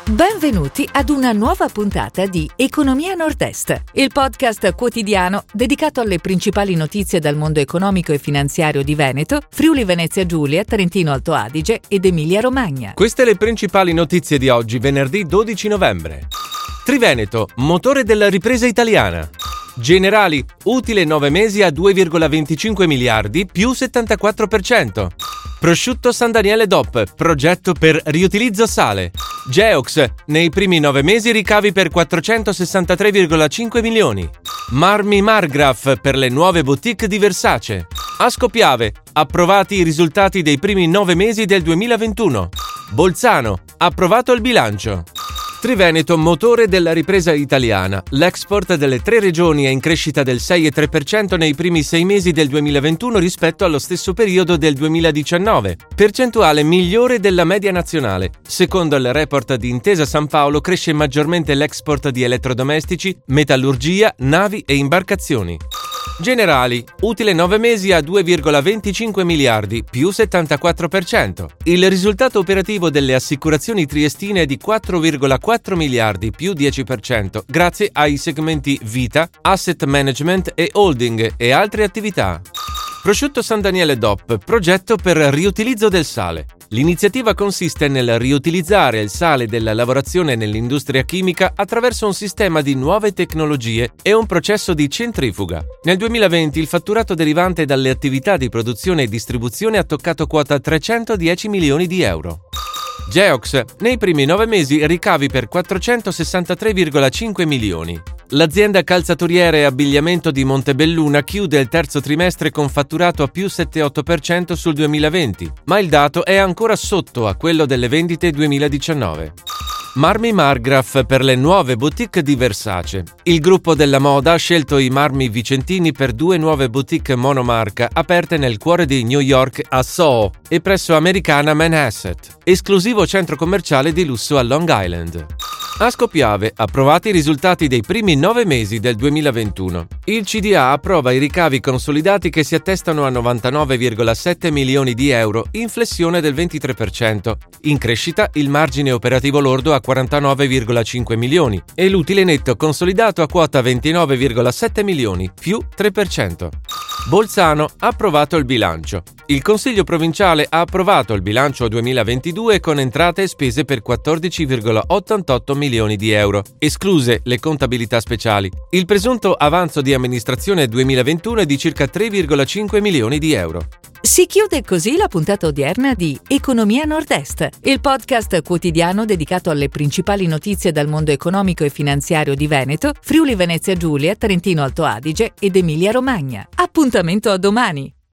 Benvenuti ad una nuova puntata di Economia Nord-Est, il podcast quotidiano dedicato alle principali notizie dal mondo economico e finanziario di Veneto, Friuli Venezia Giulia, Trentino Alto Adige ed Emilia Romagna. Queste le principali notizie di oggi, venerdì 12 novembre. Triveneto, motore della ripresa italiana. Generali, utile 9 mesi a 2,25 miliardi più 74%. Prosciutto San Daniele DOP, progetto per riutilizzo sale. Geox, nei primi 9 mesi ricavi per 463,5 milioni. Marmi Margraf per le nuove boutique di Versace. Ascopiave, approvati i risultati dei primi 9 mesi del 2021. Bolzano, approvato il bilancio. Triveneto, motore della ripresa italiana. L'export delle 3 regioni è in crescita del 6,3% nei primi 6 mesi del 2021 rispetto allo stesso periodo del 2019, percentuale migliore della media nazionale. Secondo il report di Intesa San Paolo cresce maggiormente l'export di elettrodomestici, metallurgia, navi e imbarcazioni. Generali, utile 9 mesi a 2,25 miliardi, più 74%. Il risultato operativo delle assicurazioni triestine è di 4,4 miliardi, più 10%, grazie ai segmenti Vita, Asset Management e Holding e altre attività. Prosciutto San Daniele DOP, progetto per riutilizzo del sale. L'iniziativa consiste nel riutilizzare il sale della lavorazione nell'industria chimica attraverso un sistema di nuove tecnologie e un processo di centrifuga. Nel 2020 il fatturato derivante dalle attività di produzione e distribuzione ha toccato quota 310 milioni di euro. Geox, nei primi 9 mesi ricavi per 463,5 milioni. L'azienda calzatoriere e abbigliamento di Montebelluna chiude il terzo trimestre con fatturato a più 7,8% sul 2020, ma il dato è ancora sotto a quello delle vendite 2019. Marmi Margraf per le nuove boutique di Versace. Il gruppo della moda ha scelto i marmi vicentini per 2 nuove boutique monomarca aperte nel cuore di New York a Soho e presso americana Manhasset, esclusivo centro commerciale di lusso a Long Island. Ascopiave, approvati i risultati dei primi 9 mesi del 2021. Il CDA approva i ricavi consolidati che si attestano a 99,7 milioni di euro, in flessione del 23%. In crescita il margine operativo lordo a 49,5 milioni e l'utile netto consolidato a quota 29,7 milioni, più 3%. Bolzano, approvato il bilancio. Il Consiglio provinciale ha approvato il bilancio 2022 con entrate e spese per 14,88 milioni di euro, escluse le contabilità speciali. Il presunto avanzo di amministrazione 2021 è di circa 3,5 milioni di euro. Si chiude così la puntata odierna di Economia Nord-Est, il podcast quotidiano dedicato alle principali notizie dal mondo economico e finanziario di Veneto, Friuli Venezia Giulia, Trentino Alto Adige ed Emilia Romagna. Appuntamento a domani!